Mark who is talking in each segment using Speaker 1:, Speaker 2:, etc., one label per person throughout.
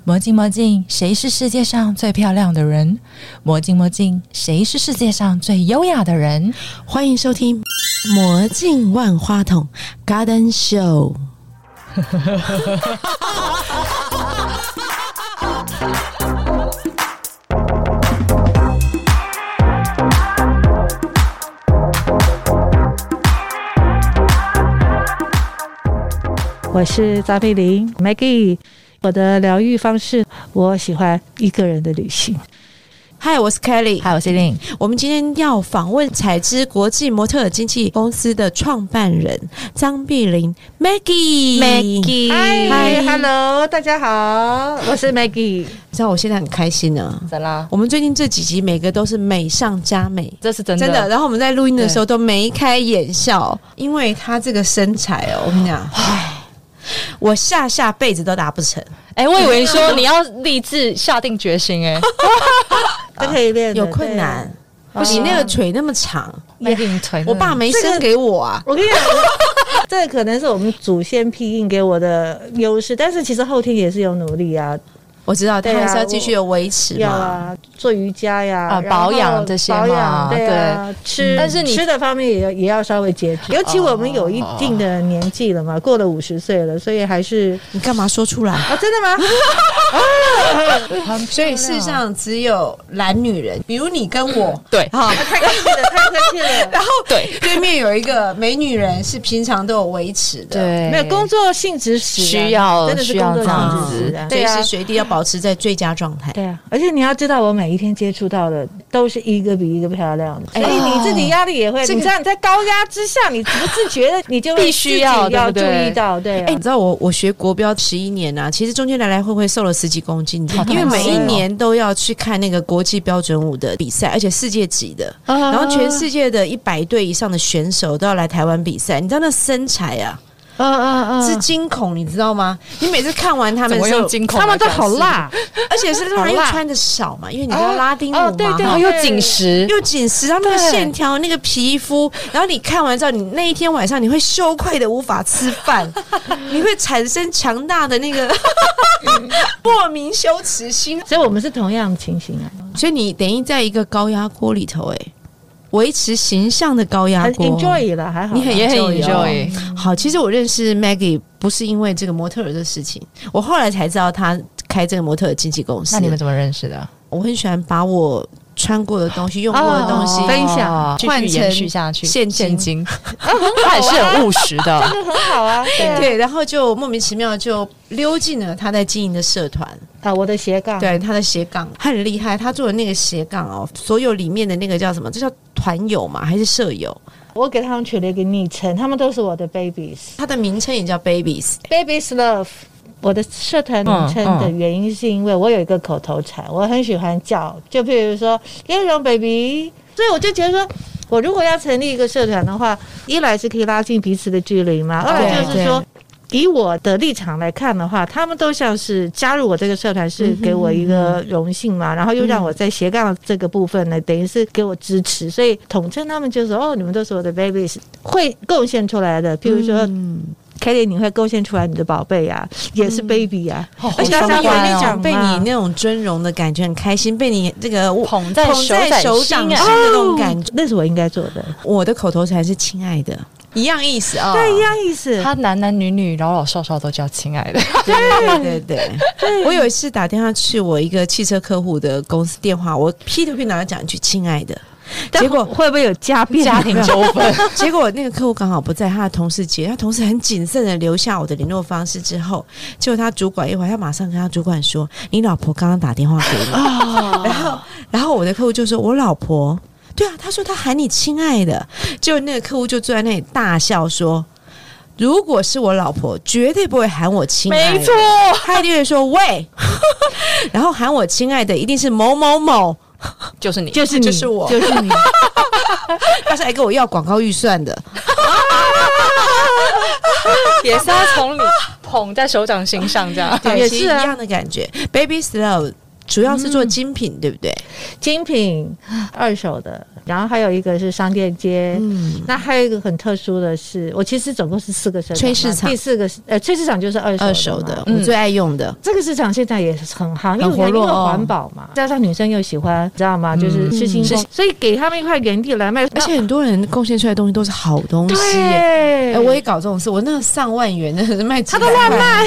Speaker 1: 魔镜魔镜，谁是世界上最漂亮的人？魔镜魔镜，谁是世界上最优雅的人？
Speaker 2: 欢迎收听魔镜万花筒 Garden Show。
Speaker 3: 我是张佩玲 Maggie， 我的疗愈方式，我喜欢一个人的旅行。
Speaker 2: 嗨，我是 Kelly，
Speaker 1: 嗨，我是 Lin。
Speaker 2: 我们今天要访问彩之国际模特儿经纪公司的创办人张碧玲 Maggie。
Speaker 3: 嗨 ，Hello， 大家好，我是 Maggie。
Speaker 2: 知道我现在很开心呢，
Speaker 1: 怎啦？
Speaker 2: 我们最近这几集每个都是美上加美，
Speaker 1: 这是真的。
Speaker 2: 真的。然后我们在录音的时候都眉开眼笑，因为他这个身材哦，我跟你讲，我下辈子都达不成。
Speaker 1: 我以为说你要立志下定决心
Speaker 3: 这可以练，
Speaker 2: 有困难。你那个腿那么长，我爸没生给我啊。
Speaker 3: 我跟你讲，这可能是我们祖先庇应给我的优势，但是其实后天也是有努力啊。
Speaker 2: 我知道，他还是要继续有维持嘛，
Speaker 3: 啊，做瑜伽呀，
Speaker 1: 保养这些嘛，
Speaker 3: 对啊，吃，但是你吃的方面也要稍微节制，尤其我们有一定的年纪了嘛，过了50岁了，所以还是
Speaker 2: 你干嘛说出来
Speaker 3: 啊？真的
Speaker 2: 吗？所以世上只有懒女人，比如你跟我，
Speaker 1: 对，
Speaker 3: 好，太客气了，太客气了。
Speaker 2: 然后对面有一个美女人，是平常都有维持的，
Speaker 1: 对，
Speaker 3: 没有工作性质使
Speaker 1: 需要，
Speaker 3: 真的是工作性质，
Speaker 2: 随时随地要保持在最佳状态。
Speaker 3: 对啊，而且你要知道，我每一天接触到的都是一个比一个漂亮的，所以你自己压力也会。你知道你在高压之下，你不自觉的你就
Speaker 1: 必须要
Speaker 3: 注意到，对。
Speaker 2: 你知道我学国标11年啊，其实中间来来回回瘦了10几公斤，因为每一年都要去看那个国际标准舞的比赛，而且世界级的，然后全世界的100队以上的选手都要来台湾比赛。你知道那身材啊？是惊恐，你知道吗？你每次看完他们的时候，
Speaker 3: 他们都好辣，
Speaker 2: 而且是他们又穿的少嘛，因为你知道拉丁舞嘛，
Speaker 3: 对，
Speaker 1: 又紧实，
Speaker 2: 然后那个线条、那个皮肤，然后你看完之后，你那一天晚上你会羞愧的无法吃饭，你会产生强大的那个莫名羞耻心。
Speaker 3: 所以我们是同样的情形啊。
Speaker 2: 所以你等于在一个高压锅里头，维持形象的高压锅
Speaker 3: ，enjoy 了，还好，
Speaker 2: 你
Speaker 1: 也很 enjoy。
Speaker 2: 好，其实我认识 Maggie 不是因为这个模特儿的事情，我后来才知道他开这个模特儿经纪公司。
Speaker 1: 那你们怎么认识的？
Speaker 2: 我很喜欢把我穿过的东西、用过的东西
Speaker 3: 分享，
Speaker 1: 换延续下去，
Speaker 2: 现金，
Speaker 1: 他也是很务实的，
Speaker 3: 这个很好啊。
Speaker 2: 对，然后就莫名其妙就溜进了他在经营的社团。
Speaker 3: 我的斜杠，
Speaker 2: 对，他的斜杠，他很厉害。他做的那个斜杠所有里面的那个叫什么？这叫团友吗？还是舍友？
Speaker 3: 我给他们取了一个昵称，他们都是我的 babies。
Speaker 2: 他的名称也叫 babies
Speaker 3: love。我的社团名称的原因是因为我有一个口头禅，我很喜欢叫，就譬如说叶蓉 baby， 所以我就觉得说，我如果要成立一个社团的话，一来是可以拉近彼此的距离嘛，二来就是说。以我的立场来看的话，他们都像是加入我这个社团是给我一个荣幸嘛，然后又让我在斜杠这个部分呢，等于是给我支持，所以统称他们就说你们都是我的 babies， 会贡献出来的，譬如说。Kelly， 你会贡献出来你的宝贝啊，也是 baby 啊，
Speaker 2: 而且他有那种被你那种尊荣的感觉，很开心，被你这个
Speaker 1: 捧在
Speaker 2: 手掌心的那种感觉，
Speaker 3: 那是我应该做的。
Speaker 2: 我的口头禅是亲爱的，一样意思啊，
Speaker 3: 对，一样意思。
Speaker 1: 他男男女女、老老少少都叫亲爱的。
Speaker 2: 对。我有一次打电话去我一个汽车客户的公司电话，我劈头拿来讲一句亲爱的。
Speaker 3: 结果会不会有家庭
Speaker 1: 纠纷？
Speaker 2: 结果那个客户刚好不在，他的同事接，他同事很谨慎的留下我的联络方式之后，结果他主管一会儿，他马上跟他主管说：“你老婆刚刚打电话给我。”然后我的客户就说：“我老婆，对啊，他说他喊你亲爱的。”结果那个客户就坐在那里大笑说：“如果是我老婆，绝对不会喊我亲爱的。”
Speaker 1: 没错，
Speaker 2: 他一定会说喂，然后喊我亲爱的一定是某某某。
Speaker 1: 就是你，
Speaker 2: 就是我，
Speaker 3: 就是你。
Speaker 2: 他是来跟我要广告预算的，
Speaker 1: 也是要从你捧在手掌心上这样，
Speaker 2: 对，也是一样的感觉。Baby's love 主要是做精品，对不对？
Speaker 3: 精品、二手的，然后还有一个是商店街。那还有一个很特殊的是，我其实总共是4个社团，
Speaker 2: 炊事场，
Speaker 3: 第4个炊事场就是二手的，
Speaker 2: 我最爱用的。
Speaker 3: 这个市场现在也很夯，因为环保嘛，加上女生又喜欢，知道吗？就是吃新风，所以给他们一块原地来卖，
Speaker 2: 而且很多人贡献出来的东西都是好东西。对，我也搞这种事，我那个上万元的是卖，
Speaker 3: 他都乱卖。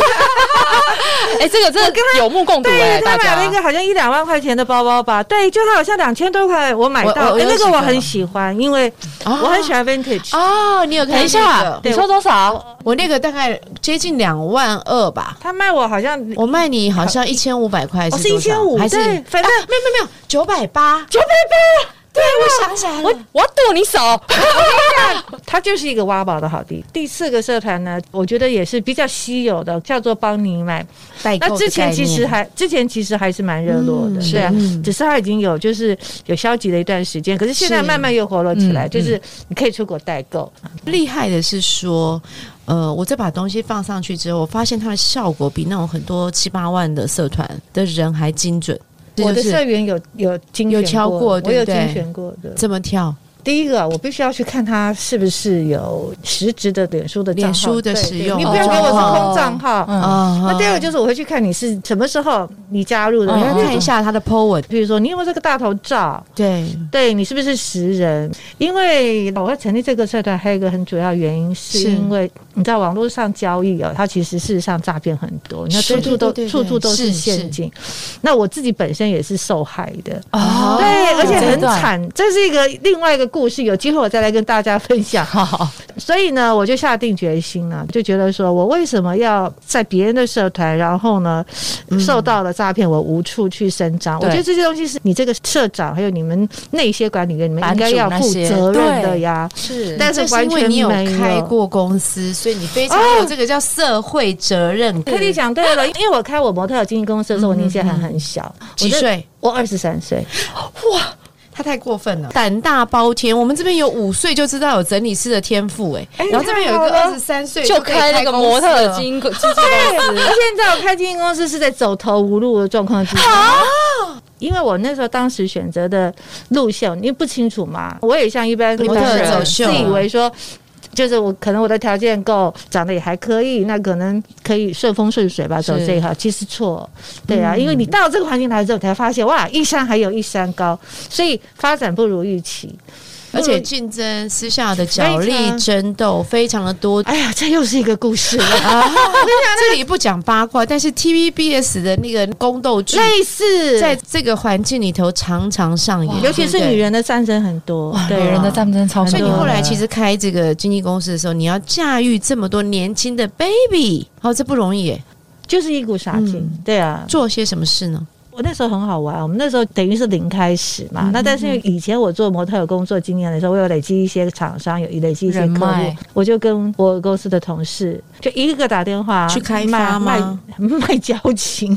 Speaker 1: 这个真的有目共睹。
Speaker 3: 对，他买了一个好像1-2万块钱的包包吧，对，就他好像2000多块，我买到，那个我很喜欢，因为我很喜欢 vintage。
Speaker 2: 你有看一
Speaker 1: 下？你说多少？
Speaker 2: 我那个大概接近2万2吧。
Speaker 3: 他卖我好像，
Speaker 2: 我卖你好像1500块，
Speaker 3: 是1500，还是
Speaker 2: 反正没有980。对，我想起来了，
Speaker 1: 我要剁你手。
Speaker 3: 它就是一个挖宝的好地。第4个社团呢，我觉得也是比较稀有的，叫做帮你买代购。那之前其实还是蛮热络的，对啊，只是它已经有消极了一段时间，可是现在慢慢又活络起来，就是你可以出国代购。
Speaker 2: 厉害的是说，我这把东西放上去之后，我发现它的效果比那种很多7-8万的社团的人还精准。
Speaker 3: 我的社员有精选过，
Speaker 2: 有挑过，对不对？
Speaker 3: 我有精选过的。
Speaker 2: 怎么挑？
Speaker 3: 第一个，我必须要去看他是不是有实质的脸书的账号，
Speaker 2: 脸书的使用，
Speaker 3: 你不要给我是空账号。那第二个就是我会去看你是什么时候你加入的，
Speaker 2: 我要看一下他的 po 文，
Speaker 3: 比如说你有没有这个大头照，
Speaker 2: 对，
Speaker 3: 你是不是实人？因为我会成立这个社团，还有一个很主要原因是因为你在网络上交易它其实事实上诈骗很多，你看处处都是陷阱。那我自己本身也是受害的，对，而且很惨，这是另外一个故事，有机会我再来跟大家分享。所以呢，我就下定决心了，就觉得说我为什么要在别人的社团，然后呢受到了诈骗，我无处去伸张。我觉得这些东西是你这个社长还有你们那些管理员，你们应该要负责任的呀。
Speaker 2: 是，
Speaker 3: 但是完全
Speaker 2: 你有开过公司，所以你非常有这个叫社会责任。
Speaker 3: 克莉讲对了，因为我开我模特经纪公司的时候，我年纪还很小，
Speaker 2: 几岁？
Speaker 3: 我23岁。
Speaker 2: 哇！他太过分了，胆大包天。我们这边有5岁就知道有整理师的天赋，然后这边有一个23岁
Speaker 1: 就开那个模特的经纪公司，而
Speaker 3: 且你知道我开经纪公司是在走投无路的状况之下。因为我那时候当时选择的路线，因为不清楚嘛，我也像一般模特走秀，自以为说。就是可能我的条件够，长得也还可以，那可能可以顺风顺水吧，走这一行。其实错，对啊，因为你到这个环境来之后，才发现哇，一山还有一山高，所以发展不如预期。
Speaker 2: 而且竞争私下的角力争斗非常的多。
Speaker 3: 哎呀，这又是一个故事了。
Speaker 2: 这里不讲八卦，但是 TVBS 的那个宫斗剧
Speaker 3: 类似，
Speaker 2: 在这个环境里头常常上演，
Speaker 3: 尤其是女人的战争很多，
Speaker 1: 女人的战争超多。
Speaker 2: 所以你后来其实开这个经纪公司的时候，你要驾驭这么多年轻的 baby， 这不容易耶，
Speaker 3: 就是一股傻劲。对啊，
Speaker 2: 做些什么事呢？
Speaker 3: 我那时候很好玩，我们那时候等于是0开始嘛。那但是因为以前我做模特有工作经验的时候，我有累积一些厂商，有累积一些客户，我就跟我公司的同事就一个打电话
Speaker 2: 去开发吗？
Speaker 3: 卖交情，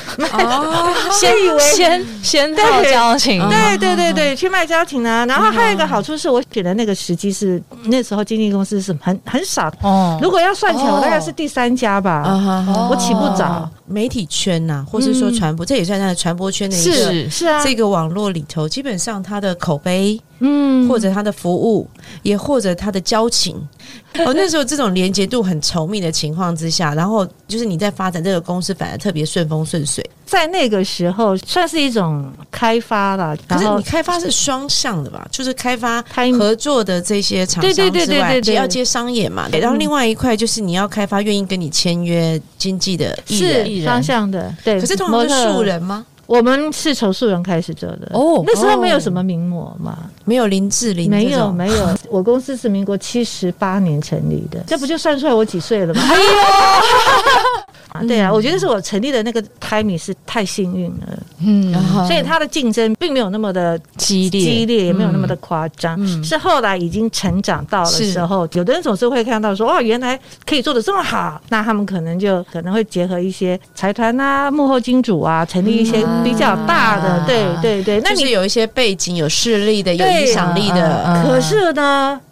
Speaker 1: 先套交情，
Speaker 3: 对，去卖交情啊。然后还有一个好处是我选的那个时机是那时候经纪公司是很少，如果要算起来，我大概是第3家吧，我起不早。
Speaker 2: 媒体圈呐，或是说传播，这也算它的传播圈的一个
Speaker 3: 是啊，
Speaker 2: 这个网络里头，基本上它的口碑，或者它的服务，也或者它的交情。那时候这种连结度很稠密的情况之下，然后就是你在发展这个公司，反而特别顺风顺水。
Speaker 3: 在那个时候算是一种开发了，
Speaker 2: 可是你开发是双向的吧？就是开发合作的这些厂商之外，也要接商业嘛。然后另外一块就是你要开发愿意跟你签约经纪的艺人，
Speaker 3: 是双向的。对，
Speaker 2: 可是通常是素人吗？
Speaker 3: 我们是从素人开始做的那时候没有什么名模嘛，
Speaker 2: 没有林志玲，
Speaker 3: 没有。我公司是民国78年成立的，这不就算出来我几岁了吗？对啊，我觉得是我成立的那个 timing 是太幸运了，所以它的竞争并没有那么的激烈，也没有那么的夸张，是后来已经成长到了时候，有的人总是会看到说，哇，原来可以做得这么好，那他们可能会结合一些财团啊、幕后金主啊，成立一些比较大的，对，
Speaker 2: 那你有一些背景、有势力的、有影响力的，
Speaker 3: 可是呢。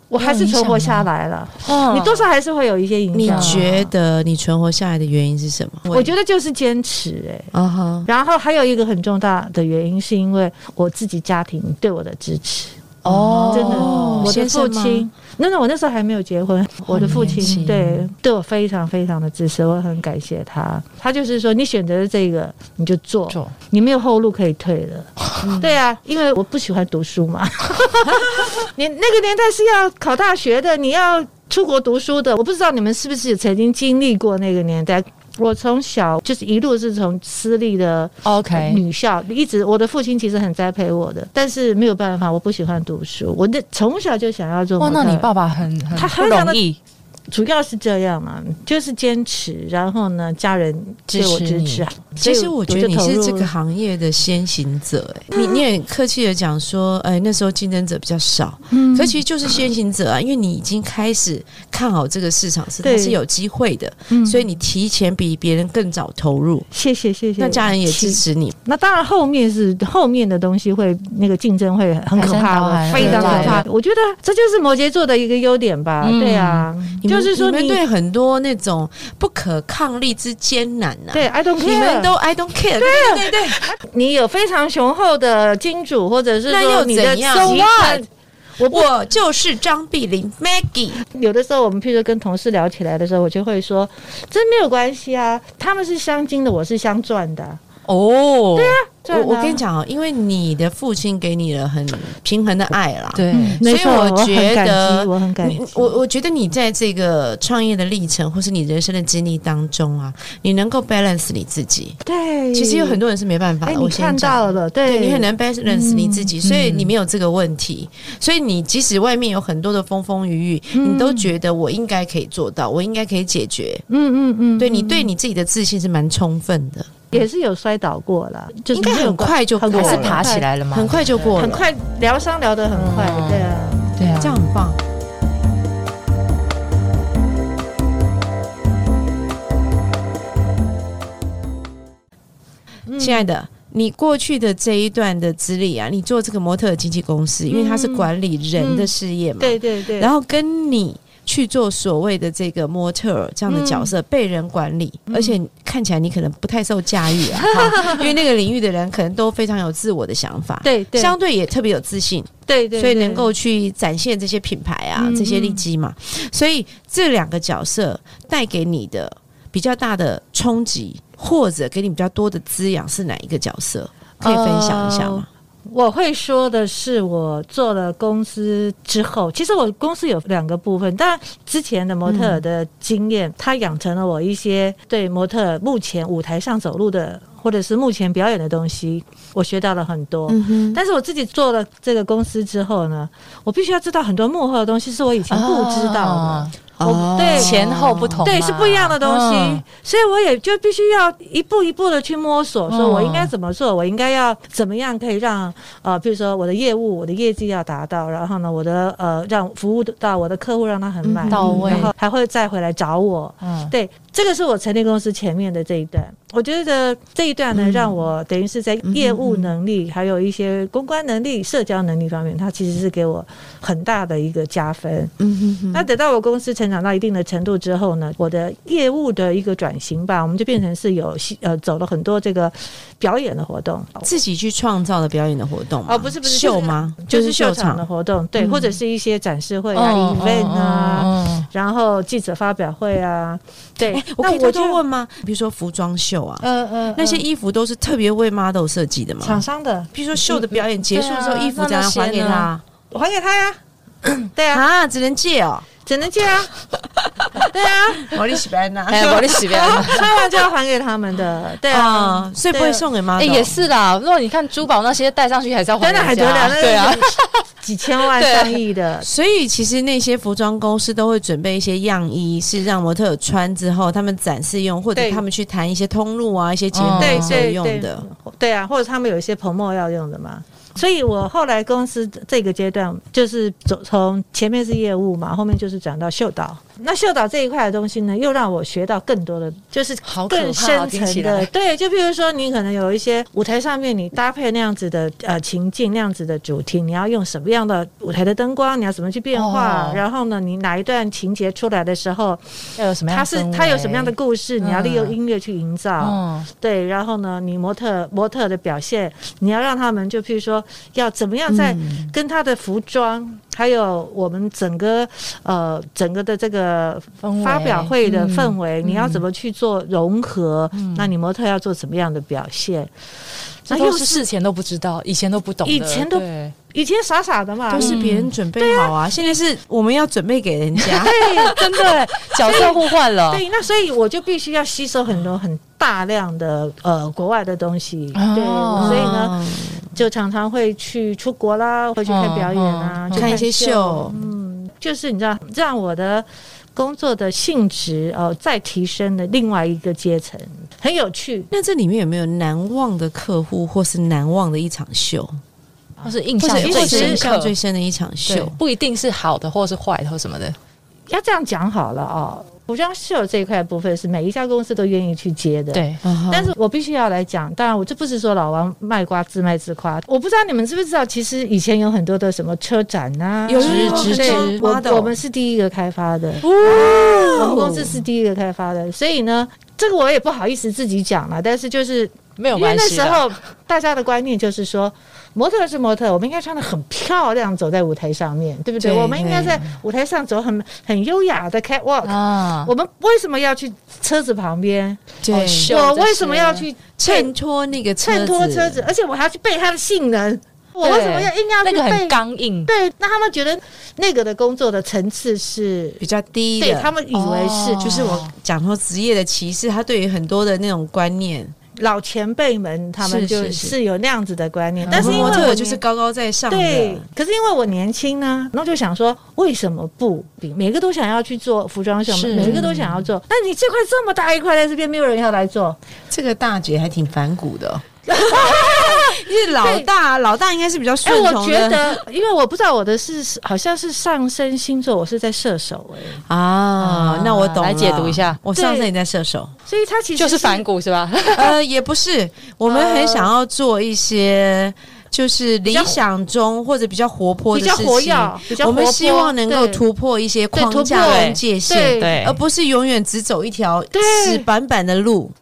Speaker 3: 我还是存活下来了。你多少还是会有一些影响。
Speaker 2: 你觉得你存活下来的原因是什么？
Speaker 3: 我觉得就是坚持然后还有一个很重大的原因是因为我自己家庭对我的支持。真的，我的父亲，我那时候还没有结婚，我的父亲对我非常非常的支持，我很感谢他。他就是说，你选择这个你就做，你没有后路可以退了。对啊，因为我不喜欢读书嘛。你那个年代是要考大学的，你要出国读书的。我不知道你们是不是曾经经历过那个年代。我从小就是一路是从私立的女校，一直我的父亲其实很栽培我的，但是没有办法，我不喜欢读书，我从小就想要做模特。
Speaker 1: 那你爸爸很不容易。
Speaker 3: 主要是这样嘛，就是坚持，然后呢，家人对我支持。
Speaker 2: 其实我觉得你是这个行业的先行者，你也客气的讲说，那时候竞争者比较少，可其实就是先行者啊，因为你已经开始看好这个市场它是有机会的，所以你提前比别人更早投入。
Speaker 3: 谢谢。
Speaker 2: 那家人也支持你。
Speaker 3: 那当然，后面的东西会那个竞争会很可怕，非常可怕。我觉得这就是摩羯座的一个优点吧。对啊。就是说，
Speaker 2: 你们对很多那种不可抗力之艰难
Speaker 3: 对 I don't care，
Speaker 2: 你们都 I don't care， 对，
Speaker 3: 你有非常雄厚的金主，或者是说你的
Speaker 2: 集团，我就是张碧玲 Maggie。有
Speaker 3: 的时候我们譬如说跟同事聊起来的时候，我就会说，这没有关系啊，他们是镶金的，我是镶钻的。
Speaker 2: 对啊。我跟你讲因为你的父亲给你了很平衡的爱啦，
Speaker 1: 对，
Speaker 2: 所以我觉得
Speaker 3: 我很感激。
Speaker 2: 我觉得你在这个创业的历程，或是你人生的经历当中啊，你能够 balance 你自己。
Speaker 3: 对，
Speaker 2: 其实有很多人是没办法的。
Speaker 3: 我看到了，对，
Speaker 2: 你很难 balance 你自己，所以你没有这个问题。所以你即使外面有很多的风风雨雨，你都觉得我应该可以做到，我应该可以解决。对，你对你自己的自信是蛮充分的。
Speaker 3: 也是有摔倒过了，就是
Speaker 2: 应该很快就过了，
Speaker 1: 还是爬起来了吗？
Speaker 2: 很快就过了，
Speaker 3: 很快疗伤疗得很快，
Speaker 2: 对啊，这样很棒。亲爱的，你过去的这一段的资历啊，你做这个模特经纪公司，因为它是管理人的事业嘛，
Speaker 3: 对，
Speaker 2: 然后跟你去做所谓的这个模特这样的角色，被人管理，而且看起来你可能不太受驾驭啊，因为那个领域的人可能都非常有自我的想法，
Speaker 3: 对，
Speaker 2: 相对也特别有自信，
Speaker 3: 对，
Speaker 2: 所以能够去展现这些品牌啊，这些利基嘛，所以这两个角色带给你的比较大的冲击，或者给你比较多的滋养是哪一个角色？可以分享一下吗？
Speaker 3: 我会说的是，我做了公司之后，其实我公司有2个部分。当然，之前的模特儿的经验，它养成了我一些对模特儿目前舞台上走路的，或者是目前表演的东西，我学到了很多。但是我自己做了这个公司之后呢，我必须要知道很多幕后的东西，是我以前不知道的。对，
Speaker 1: 前后不同，
Speaker 3: 对，是不一样的东西，所以我也就必须要一步一步的去摸索，说我应该怎么做，我应该要怎么样可以让比如说我的业务、我的业绩要达到，然后呢，我的让服务到我的客户，让他很满意，
Speaker 1: 到位，
Speaker 3: 然后还会再回来找我。对，这个是我成立公司前面的这一段。我觉得这一段呢，让我等于是在业务能力，还有一些公关能力、社交能力方面，它其实是给我很大的一个加分。那等到我公司成长到一定的程度之后呢，我的业务的一个转型吧，我们就变成是有走了很多这个表演的活动，
Speaker 2: 自己去创造的表演的活动吗？
Speaker 3: 不是
Speaker 2: 秀吗？
Speaker 3: 就是秀场的活动，对，或者是一些展示会啊、event 啊，然后记者发表会啊，对。
Speaker 2: 我可以偷偷问吗？比如说服装秀啊，那些衣服都是特别为 model 设计的吗？
Speaker 3: 厂商的，
Speaker 2: 比如说秀的表演结束之后，衣服怎样还给他？
Speaker 3: 还给他呀。对啊，
Speaker 2: 只能借哦。
Speaker 3: 只能借啊，对啊，
Speaker 2: 我的喜欢呐，
Speaker 1: 我的喜欢，
Speaker 3: 穿完就要还给他们的，对啊，
Speaker 2: 所以不会送给model。
Speaker 1: 也是啦，如果你看珠宝那些戴上去还是要还，
Speaker 3: 真的还得了，对啊，几千万上亿的。
Speaker 2: 所以其实那些服装公司都会准备一些样衣，是让模特穿之后他们展示用，或者他们去谈一些通路啊、一些节目时候用的。
Speaker 3: 对啊，或者他们有一些 promo 要用的嘛。 所以我后来公司这个阶段就是从前面是业务嘛，后面就是转到秀导。那秀导这一块的东西呢，又让我学到更多的，就是更深层的。对，就比如说你可能有一些舞台上面你搭配那样子的情境，那样子的主题，你要用什么样的舞台的灯光，你要怎么去变化，然后呢，你哪一段情节出来的时候，
Speaker 1: 要有什么样的
Speaker 3: 它有什么样的故事，你要利用音乐去营造。对，然后呢，你模特的表现，你要让他们就譬如说要怎么样在跟他的服装。还有我们整个的这个发表会的氛围，你要怎么去做融合？那你模特要做什么样的表现？
Speaker 1: 这都是事前都不知道，以前都不懂的。
Speaker 3: 以前傻傻的嘛，
Speaker 2: 都是别人准备好啊，现在是我们要准备给人家。
Speaker 1: 对，真的角色互换了。
Speaker 3: 对，那所以我就必须要吸收很多很大量的国外的东西。对，所以呢，就常常会去出国啦，会去看表演啊，
Speaker 2: 看一些秀。
Speaker 3: 就是你知道，让我的工作的性质再提升了另外一个阶层，很有趣。
Speaker 2: 那这里面有没有难忘的客户，或是难忘的一场秀？
Speaker 1: 或是印象
Speaker 2: 最深的一场秀，
Speaker 1: 不一定是好的或是坏的或什么的。
Speaker 3: 要这样讲好了哦，服装秀这一块部分是每一家公司都愿意去接的，
Speaker 1: 对。
Speaker 3: 但是我必须要来讲，当然我这不是说老王卖瓜自卖自夸，我不知道你们知不知道，其实以前有很多的什么车展啊，我们是第一个开发的，我们公司是第一个开发的，所以呢，这个我也不好意思自己讲了，但是就是
Speaker 1: 没有关系，
Speaker 3: 因为那时候大家的观念就是说。模特是模特，我们应该穿得很漂亮，走在舞台上面，对不对？我们应该在舞台上走很优雅的 catwalk。我们为什么要去车子旁边？
Speaker 2: 对，
Speaker 3: 我为什么要去
Speaker 2: 衬托那个
Speaker 3: 衬托车子？而且我还要去背它的性能。我为什么要硬要去背？
Speaker 1: 那个很刚硬。
Speaker 3: 对，那他们觉得那个的工作的层次是
Speaker 2: 比较低的，
Speaker 3: 对他们以为是，
Speaker 2: 就是我讲说职业的歧视，他对于很多的那种观念。
Speaker 3: 老前辈们他们就是有那样子的观念，但是因为
Speaker 2: 模特就是高高在上的，
Speaker 3: 对。可是因为我年轻呢，然后就想说，为什么不？每个都想要去做服装秀，每个都想要做，但你这块这么大一块在这边，没有人要来做。
Speaker 2: 这个大姐还挺反骨的。因为老大应该是比较顺从的。
Speaker 3: 我觉得，因为我不知道我的是好像是上升星座，我是在射手
Speaker 2: 那我懂了，
Speaker 1: 来解读一下。
Speaker 2: 我上升也在射手，
Speaker 3: 所以他其实
Speaker 1: 就是反骨是吧？
Speaker 2: 也不是，我们很想要做一些。就是理想中或者比较活泼的事情，我们希望能够突破一些框架跟界限，对，而不是永远只走一条死板板的路。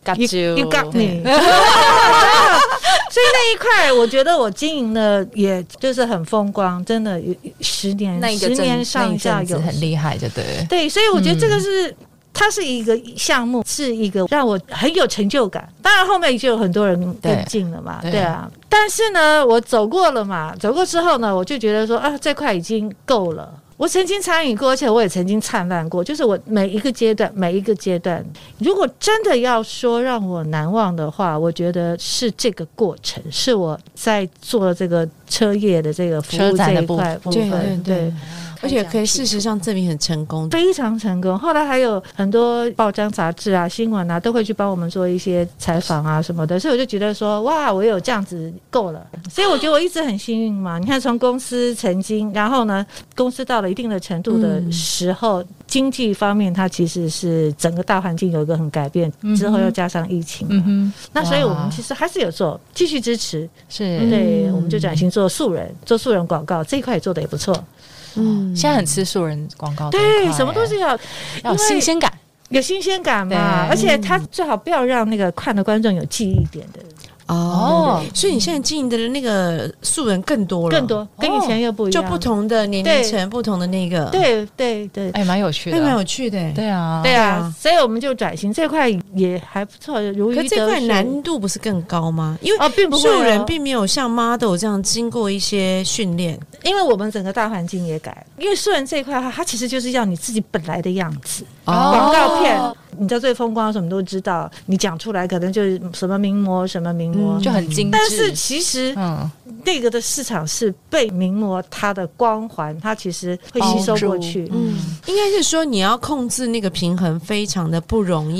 Speaker 3: You got me 所以那一块我觉得我经营的也就是很风光，真的10年上下有
Speaker 1: 很厉害，就
Speaker 3: 对，所以我觉得这个是它是一个项目，是一个让我很有成就感。当然后面已经有很多人跟进了嘛，对啊。但是呢，我走过了嘛，走过之后呢，我就觉得说这块已经够了。我曾经参与过，而且我也曾经灿烂过，就是我每一个阶段，如果真的要说让我难忘的话，我觉得是这个过程，是我在做这个车业的这个服务这一块部分，对。
Speaker 2: 而且可以事实上证明很成功，
Speaker 3: 非常成功。后来还有很多报章杂志啊、新闻啊，都会去帮我们做一些采访啊什么的，所以我就觉得说，哇，我有这样子够了。所以我觉得我一直很幸运嘛。你看，从公司曾经，然后呢，公司到了一定的程度的时候，经济方面它其实是整个大环境有一个很改变，之后又加上疫情，那所以我们其实还是有做，继续支持，
Speaker 1: 是
Speaker 3: 对，我们就转型做素人广告这一块也做得也不错。
Speaker 1: 现在很吃素人广告，
Speaker 3: 对，什么都是要
Speaker 1: 有新鲜感，
Speaker 3: 有新鲜感嘛，而且他最好不要让那个看的观众有记忆点的。
Speaker 2: 所以你现在经营的那个素人更多，
Speaker 3: 跟以前又不一样，
Speaker 2: 就不同的年龄层，不同的那个，
Speaker 3: 对，
Speaker 1: 蛮有趣的，
Speaker 2: 蛮有趣的，
Speaker 1: 对啊，
Speaker 3: 所以我们就转型这块也还不错，如鱼得水。可
Speaker 2: 这块难度不是更高吗？因为
Speaker 3: 并不会
Speaker 2: 素人并没有像 model 这样经过一些训练，
Speaker 3: 因为我们整个大环境也改，因为素人这一块它其实就是要你自己本来的样子，广告片。你知道最风光什么都知道，你讲出来可能就是什么名模什么名模，
Speaker 1: 就很精致。
Speaker 3: 但是其实那个的市场是被名模它的光环，它其实会吸收过去。
Speaker 2: 应该是说你要控制那个平衡非常的不容易。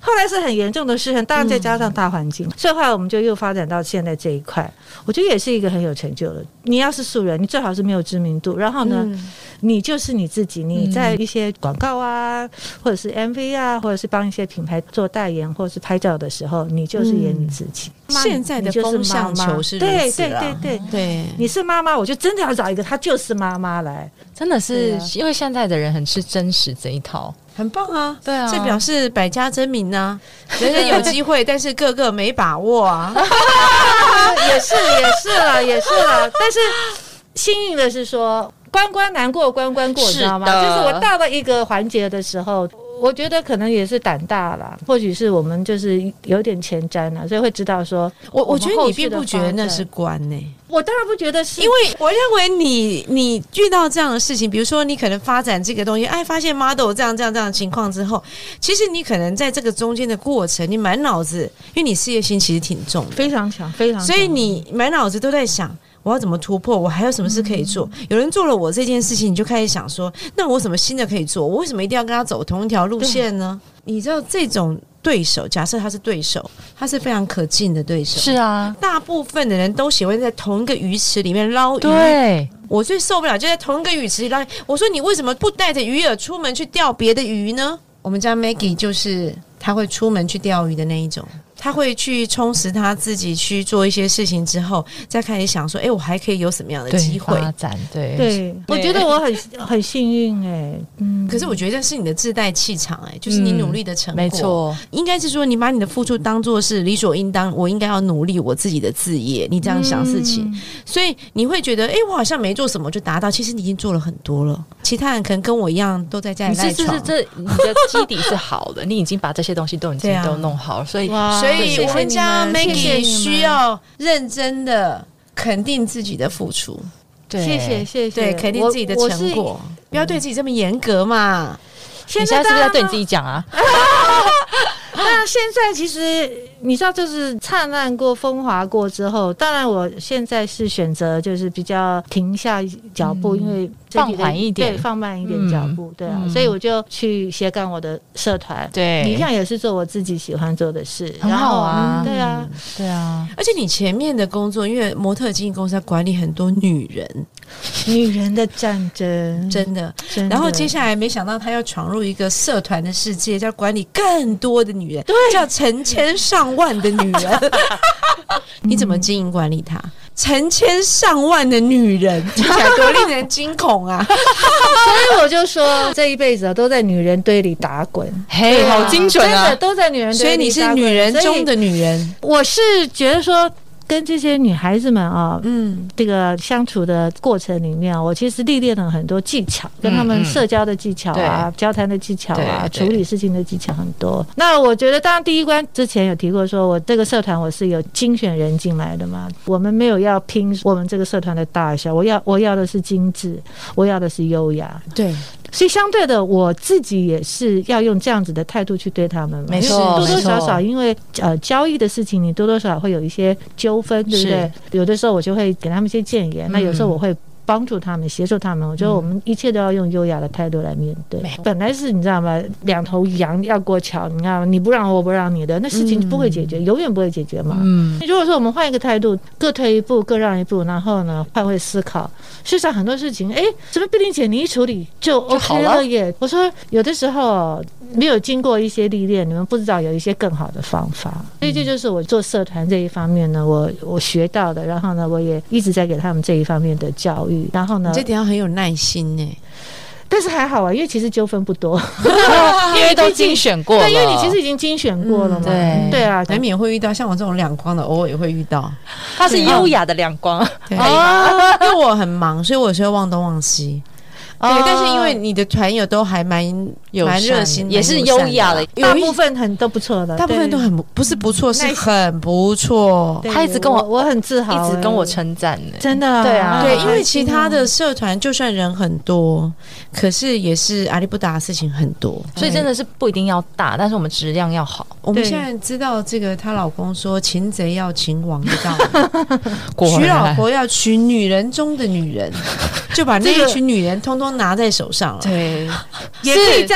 Speaker 3: 后来是很严重的失衡，当然再加上大环境，所以后来我们就又发展到现在这一块。我觉得也是一个很有成就的。你要是素人，你最好是没有知名度，然后呢，你就是你自己，你在一些广告啊，或者是 MV 啊，或者是帮一些品牌做代言，或者是拍照的时候，你就是演你自己。
Speaker 2: 现在的风向球是如此啦，对，
Speaker 3: 你是妈妈，我就真的要找一个她就是妈妈来，
Speaker 1: 真的是因为现在的人很吃真实这一套。
Speaker 2: 很棒啊，
Speaker 1: 对啊，
Speaker 2: 这表示百家争鸣啊，人人有机会，但是个个没把握啊。
Speaker 3: 也是啦。但是幸运的是说，关关难过关关过，你知道吗？就是我到了一个环节的时候，我觉得可能也是胆大啦，或许是我们就是有点前瞻啦，所以会知道说，
Speaker 2: 我觉得你并不觉得那是关呢。
Speaker 3: 我当然不觉得是，
Speaker 2: 因为我认为你遇到这样的事情，比如说你可能发展这个东西，发现 model 这样的情况之后，其实你可能在这个中间的过程，你满脑子，因为你事业心其实挺重的，
Speaker 3: 非常强，非常强，
Speaker 2: 所以你满脑子都在想。我要怎么突破？我还有什么事可以做？有人做了我这件事情，你就开始想说，那我什么新的可以做？我为什么一定要跟他走同一条路线呢？你知道这种对手，假设他是对手，他是非常可敬的对手。
Speaker 1: 是啊，
Speaker 2: 大部分的人都喜欢在同一个鱼池里面捞鱼。
Speaker 1: 对，
Speaker 2: 我最受不了就在同一个鱼池里捞鱼。我说你为什么不带着鱼饵出门去钓别的鱼呢？我们家 Maggie 就是他会出门去钓鱼的那一种。他会去充实他自己，去做一些事情之后，再开始想说，我还可以有什么样的机会
Speaker 1: 发展？
Speaker 3: 对，我觉得我很幸运
Speaker 2: 可是我觉得是你的自带气场就是你努力的成果。
Speaker 1: 没错，
Speaker 2: 应该是说你把你的付出当作是理所应当，我应该要努力我自己的事业，你这样想事情，所以你会觉得，我好像没做什么就达到，其实你已经做了很多了。其他人可能跟我一样都在家里赖床，
Speaker 1: 你的基底是好的，你已经把这些东西都弄好了，所以
Speaker 2: 我们家 Maggie 需要认真的肯定自己的付出。
Speaker 3: 对，谢谢，
Speaker 2: 对，肯定自己的成果，不要对自己这么严格嘛。
Speaker 1: 你现在是不是在对你自己讲啊？
Speaker 3: 那现在其实你知道，就是灿烂过、风华过之后，当然我现在是选择就是比较停下脚步，因为
Speaker 1: 放缓一点，
Speaker 3: 对，放慢一点脚步，对啊，所以我就去斜杠我的社团，
Speaker 1: 对，
Speaker 3: 一样也是做我自己喜欢做的事，
Speaker 1: 很好啊，
Speaker 3: 对啊，
Speaker 1: 对啊，
Speaker 2: 而且你前面的工作，因为模特经纪公司要管理很多女人
Speaker 3: 的战争，
Speaker 2: 真的，然后接下来没想到他要闯入一个社团的世界，要管理更多的女人，对，叫成千上万的女人。你怎么经营管理她？成千上万的女人，听起来多令人惊恐啊！
Speaker 3: 所以我就说，这一辈子都在女人堆里打滚，
Speaker 1: 嘿，好精准啊！
Speaker 3: 真的都在女人堆里打滚，
Speaker 2: 所以你是女人中的女人。
Speaker 3: 我是觉得说，跟这些女孩子们这个相处的过程里面，我其实历练了很多技巧，跟他们社交的技巧啊，交谈的技巧啊，处理事情的技巧很多。那我觉得，当然第一关之前有提过，说我这个社团我是有精选人进来的嘛，我们没有要拼我们这个社团的大小，我要的是精致，我要的是优雅，
Speaker 2: 对。
Speaker 3: 所以相对的，我自己也是要用这样子的态度去对他们，
Speaker 1: 没错，
Speaker 3: 多多少少因为交易的事情，你多多少少会有一些纠纷，对不对？有的时候我就会给他们一些建言，那有时候我会帮助他们、协助他们。我觉得我们一切都要用优雅的态度来面对。本来是你知道吗？两头羊要过桥，你看你不让我不让你的，那事情不会解决，永远不会解决嘛。如果说我们换一个态度，各退一步，各让一步，然后呢，换位思考，事实上很多事情，什么碧玲姐你一处理就 OK 了耶。我说有的时候没有经过一些历练，你们不知道有一些更好的方法。所以这就是我做社团这一方面呢，我学到的，然后呢，我也一直在给他们这一方面的教育。然后呢，
Speaker 2: 这点要很有耐心呢。
Speaker 3: 但是还好啊，因为其实纠纷不多，
Speaker 1: 因为都精选过了。
Speaker 3: 对，因为你其实已经精选过了嘛。对啊，
Speaker 2: 难免会遇到像我这种两光的，偶尔也会遇到。
Speaker 1: 他是优雅的两光，
Speaker 2: 因为我很忙，所以我有时候忘东忘西。对，但是因为你的团友都还蛮热心，
Speaker 1: 也是优雅的，
Speaker 3: 大部分都不错的，
Speaker 2: 大部分都很不是不错，是很不错。
Speaker 1: 他一直跟我
Speaker 3: 很自豪，
Speaker 1: 一直跟我称赞呢，
Speaker 3: 真的。
Speaker 1: 对啊，
Speaker 2: 对，因为其他的社团就算人很多，可是也是阿里不达的事情很多，
Speaker 1: 所以真的是不一定要大，但是我们质量要好。
Speaker 2: 我们现在知道这个，她老公说擒贼要擒王的道理，娶老婆要娶女人中的女人，就把那一群女人通通拿在手上了。
Speaker 3: 对，也可以这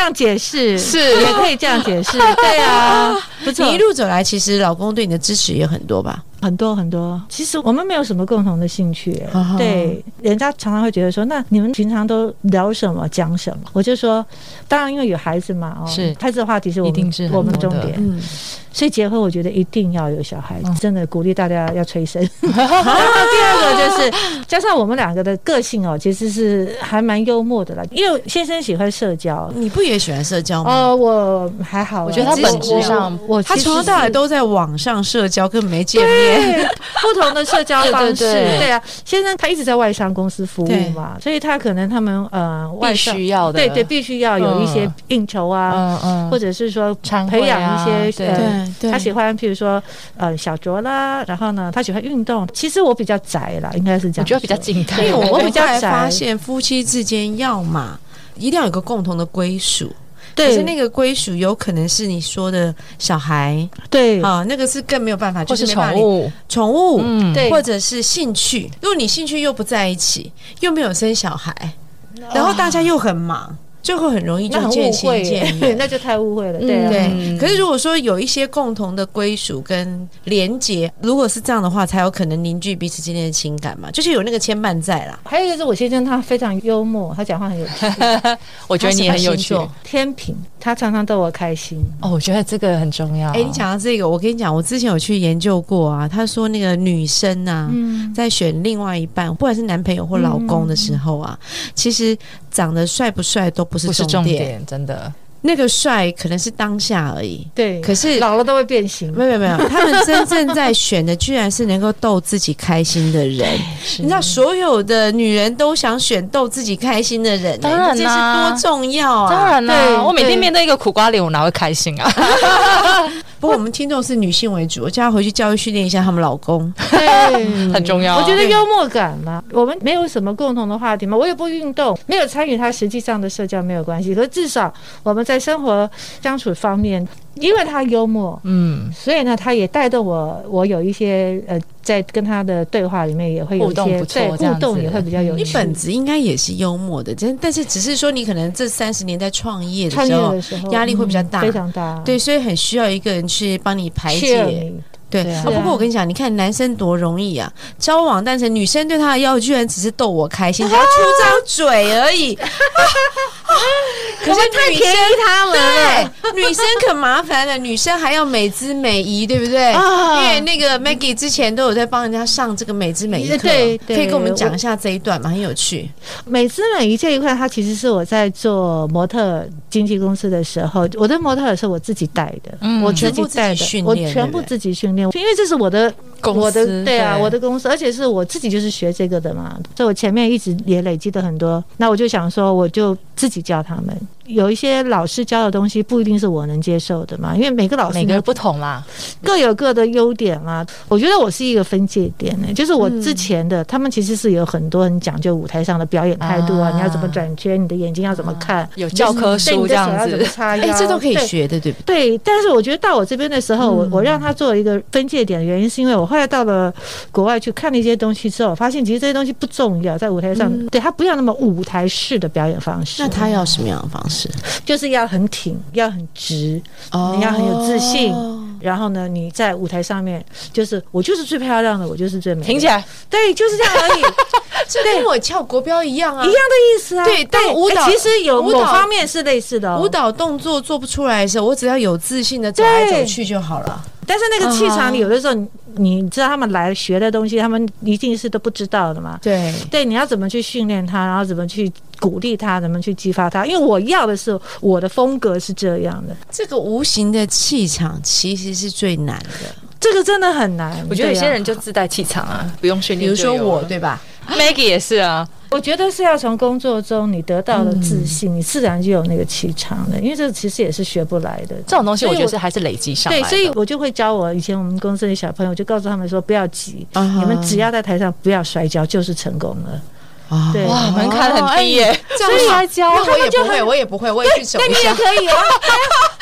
Speaker 3: 样解释，
Speaker 1: 是
Speaker 3: 也可以这样解释，对啊，不错。
Speaker 2: 你一路走来，其实老公对你的支持也很多吧？
Speaker 3: 很多很多，其实我们没有什么共同的兴趣，对，人家常常会觉得说，那你们平常都聊什么讲什么？我就说，当然因为有孩子嘛，
Speaker 1: 是
Speaker 3: 孩子的话题是
Speaker 1: 一定是
Speaker 3: 我们的重点，所以结婚我觉得一定要有小孩，真的鼓励大家要催生。然后第二个就是加上我们两个的个性其实是还蛮幽默的啦，因为先生喜欢社交，
Speaker 2: 你不也喜欢社交吗？
Speaker 3: 我还好，
Speaker 1: 我觉得他本质上，
Speaker 2: 他从头到尾都在网上社交，根本没见面。
Speaker 3: 不同的社交方式，
Speaker 1: 对
Speaker 3: 啊，先生他一直在外商公司服务嘛，所以他可能他们
Speaker 1: 必须要的，
Speaker 3: 对，必须要有一些应酬啊，或者是说培养一些他喜欢，譬如说小酌啦，然后呢，他喜欢运动。其实我比较宅啦，应该是这样，
Speaker 1: 我觉得比较静态，
Speaker 2: 因为我
Speaker 3: 比较宅。
Speaker 2: 发现夫妻之间要嘛一定要有个共同的归属。
Speaker 3: 对，
Speaker 2: 可是那个归属有可能是你说的小孩，
Speaker 3: 对
Speaker 2: 啊，那个是更没有办法，就是宠物，
Speaker 3: 对，
Speaker 2: 或者是兴趣。如果你兴趣又不在一起，又没有生小孩，然后大家又很忙，就会很容易就渐行渐远，
Speaker 3: 那就太误会了，对啊。
Speaker 2: 对，可是如果说有一些共同的归属跟连结，如果是这样的话，才有可能凝聚彼此之间的情感嘛，就是有那个牵绊在啦。
Speaker 3: 还有一个是我先生，他非常幽默，他讲话很有趣。
Speaker 1: 我觉得你也很有趣。
Speaker 3: 天平，他常常逗我开心。
Speaker 1: 我觉得这个很重要。
Speaker 2: 你讲到这个，我跟你讲，我之前有去研究过啊。他说那个女生啊，在选另外一半，不管是男朋友或老公的时候啊，其实长得帅不帅都不是重点，
Speaker 1: 真的。
Speaker 2: 那个帅可能是当下而已，
Speaker 3: 对，
Speaker 2: 可是
Speaker 3: 老了都会变形。
Speaker 2: 没有，他们真正在选的居然是能够逗自己开心的人。你知道，所有的女人都想选逗自己开心的人，
Speaker 1: 当然啦，
Speaker 2: 这是多重要啊！
Speaker 1: 当然啦，我每天面对一个苦瓜脸，我哪会开心啊？
Speaker 2: 不过我们听众是女性为主，我叫她回去教育训练一下他们老公，
Speaker 3: 对，
Speaker 1: 很重要。
Speaker 3: 我觉得幽默感嘛，我们没有什么共同的话题嘛，我也不运动，没有参与他实际上的社交没有关系，可是至少我们在生活相处方面，因为他幽默，所以呢，他也带动我有一些在跟他的对话里面也会有一些互动也会比较有趣。
Speaker 2: 你本质应该也是幽默的，但是只是说你可能这30年在创业的时候压力会比较大，
Speaker 3: 非常大，
Speaker 2: 对，所以很需要一个人去帮你排解。对，不过我跟你讲，你看男生多容易啊，交往但是女生对他的要求居然只是逗我开心，只要出张嘴而已。可是
Speaker 3: 太便宜他们了，
Speaker 2: 对，女生可麻烦了，女生还要美姿美仪，对不对？因为那个 Maggie 之前都有在帮人家上这个美姿美仪课，对，可以跟我们讲一下这一段吗？很有趣。
Speaker 3: 美姿美仪这一块，它其实是我在做模特经纪公司的时候，我的模特是我自己带的，我自己带的，我全部自己训练，因为这是我的
Speaker 1: 公司，
Speaker 3: 对啊，我的公司，而且是我自己就是学这个的嘛，所以我前面一直也累积的很多。那我就想说，我就自己教他们。有一些老师教的东西不一定是我能接受的嘛，因为每个老师
Speaker 1: 每个人不同啦，
Speaker 3: 各有各的优点嘛。我觉得我是一个分界点呢，就是我之前的他们其实是有很多很讲究舞台上的表演态度啊，你要怎么转圈，你的眼睛要怎么看，
Speaker 1: 有教科书这样子，
Speaker 2: 这都可以学的，对不对？
Speaker 3: 对，但是我觉得到我这边的时候，我让他做一个分界点的原因，是因为我后来到了国外去看了一些东西之后，我发现其实这些东西不重要，在舞台上，对他不要那么舞台式的表演方式。
Speaker 2: 那他要什么样的方式？
Speaker 3: 就是要很挺，要很直，你要很有自信。然后呢，你在舞台上面，就是我就是最漂亮的，我就是最美的，
Speaker 1: 挺起来，
Speaker 3: 对，就是这样而已。
Speaker 2: 这跟我跳国标一样啊，
Speaker 3: 一样的意思啊。
Speaker 2: 对，但舞蹈
Speaker 3: 其实有某方面是类似的。
Speaker 2: 舞蹈动作做不出来的时候，我只要有自信的走来走去就好了。
Speaker 3: 但是那个气场里，有的时候你知道他们来学的东西，他们一定是都不知道的嘛。对，你要怎么去训练他，然后怎么去鼓励他，怎么去激发他？因为我要的是我的风格是这样的。
Speaker 2: 这个无形的气场其实是最难的，
Speaker 3: 这个真的很难。
Speaker 1: 我觉得有些人就自带气场啊，不用训练。
Speaker 2: 比如说我，对吧
Speaker 1: ？Maggie 也是啊。
Speaker 3: 我觉得是要从工作中你得到的自信，你自然就有那个气场的，因为这其实也是学不来的。
Speaker 1: 这种东西我觉得是还是累积上来的。
Speaker 3: 对，所以我就会教我以前我们公司的小朋友，就告诉他们说，不要急，你们只要在台上不要摔跤，就是成功了。
Speaker 1: 对，哇，门槛很低耶，
Speaker 2: 这样摔跤，我也不会，我也不会，我也去手一下。
Speaker 3: 那你也可以啊。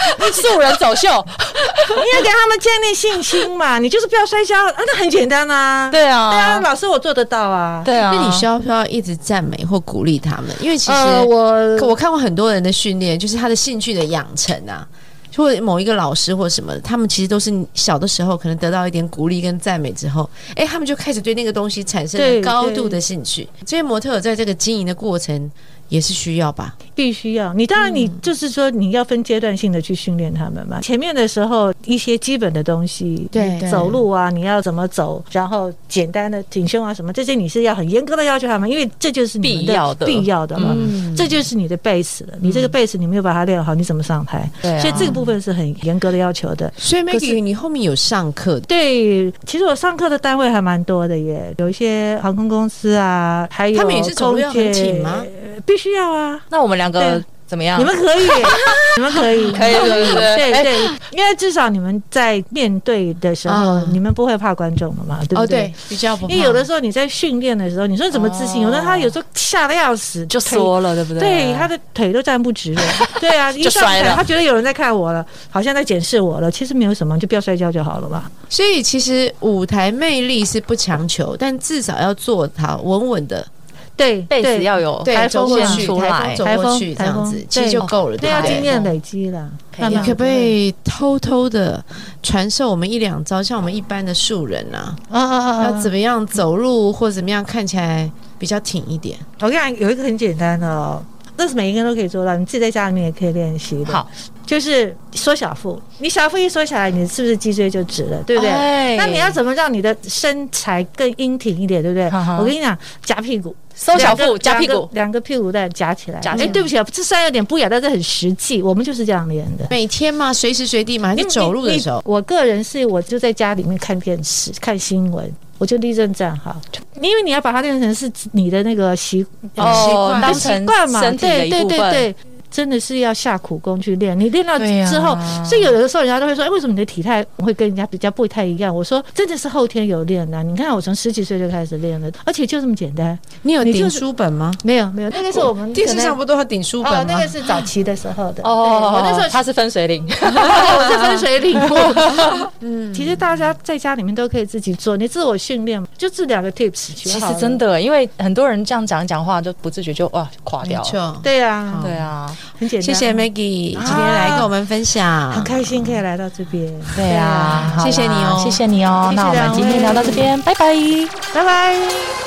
Speaker 1: 素人走秀，
Speaker 3: 你要给他们建立信心嘛，你就是不要摔跤啊，那很简单啊。
Speaker 1: 对啊，
Speaker 3: 对啊，老师我做得到啊。
Speaker 1: 对啊，
Speaker 2: 那你需要一直赞美或鼓励他们？因为其实我看过很多人的训练，就是他的兴趣的养成啊。或者某一个老师或什么，他们其实都是小的时候可能得到一点鼓励跟赞美之后，他们就开始对那个东西产生了高度的兴趣。这些模特儿在这个经营的过程也是需要吧？
Speaker 3: 必须要。你当然你就是说你要分阶段性的去训练他们嘛。前面的时候一些基本的东西，
Speaker 2: 对，
Speaker 3: 走路啊，你要怎么走，然后简单的挺胸啊什么，这些你是要很严格的要求他们，因为这就是你们的必要的嘛。这就是你的 base 了。你这个 base 你没有把它练好，你怎么上台？对，所以这个部分是很严格的要求的。
Speaker 2: 所以 Maggie 你后面有上课？
Speaker 3: 对，其实我上课的单位还蛮多的耶，有一些航空公司啊，还有
Speaker 2: 他们也是走路要很挺吗？
Speaker 3: 必须要啊。
Speaker 1: 那我们两个怎么样？
Speaker 3: 你们可以，你们可以，
Speaker 1: 可以，对
Speaker 3: 对，因为至少你们在面对的时候，你们不会怕观众了嘛，对不对？
Speaker 2: 对，比较不怕。
Speaker 3: 因为有的时候你在训练的时候，你说你怎么自信？有的他有时候吓得要死，
Speaker 1: 就缩了，对不对？
Speaker 3: 对，他的腿都站不直了。对啊，
Speaker 1: 就摔了。
Speaker 3: 他觉得有人在看我了，好像在检视我了。其实没有什么，就不要摔跤就好了嘛。
Speaker 2: 所以其实舞台魅力是不强求，但至少要做好稳稳的。
Speaker 3: 对，
Speaker 1: 贝斯要有
Speaker 2: 台风
Speaker 1: 出来，
Speaker 2: 走过去这样子，其实就够了。
Speaker 3: 对啊，经验累积了。
Speaker 2: 你可不可以偷偷的传授我们一两招，像我们一般的素人啊，要怎么样走路或怎么样看起来比较挺一点？
Speaker 3: 我跟你讲，有一个很简单的哦，这是每一个人都可以做到，你自己在家里面也可以练习的。
Speaker 1: 好，
Speaker 3: 就是缩小腹，你小腹一缩起来，你是不是脊椎就直了，对不对？那你要怎么让你的身材更英挺一点，对不对？我跟你讲，夹屁股。
Speaker 1: 收小腹夹屁股，
Speaker 3: 两个屁股蛋夹起来。对不起啊，这虽然有点不雅，但是很实际。我们就是这样练的。
Speaker 2: 每天吗？随时随地吗？还是走路的时候？
Speaker 3: 我个人是，我就在家里面看电视、看新闻，我就立正站好。因为你要把它练成是你的那个习惯嘛，
Speaker 1: 身体的一部分。
Speaker 3: 对。真的是要下苦功去练，你练到之后，所以有的时候人家都会说，为什么你的体态会跟人家比较不太一样？我说真的是后天有练的。你看我从10几岁就开始练了，而且就这么简单。
Speaker 2: 你有顶书本吗？
Speaker 3: 没有，那个是我们
Speaker 2: 电视上不都要顶书本吗？
Speaker 3: 那个是早期的时候的。
Speaker 1: 我那时候他是分水岭，
Speaker 3: 我是分水岭。其实大家在家里面都可以自己做，你自我训练就这2个 tips。
Speaker 1: 其实真的，因为很多人这样讲话，就不自觉就垮掉了。
Speaker 3: 对啊，很简单。
Speaker 2: 谢谢 Maggie 今天来跟我们分享，
Speaker 3: 很开心可以来到这边。
Speaker 1: 对啊，
Speaker 2: 谢谢你哦，
Speaker 1: 谢谢你哦。那我们今天聊到这边，拜拜，
Speaker 3: 拜拜。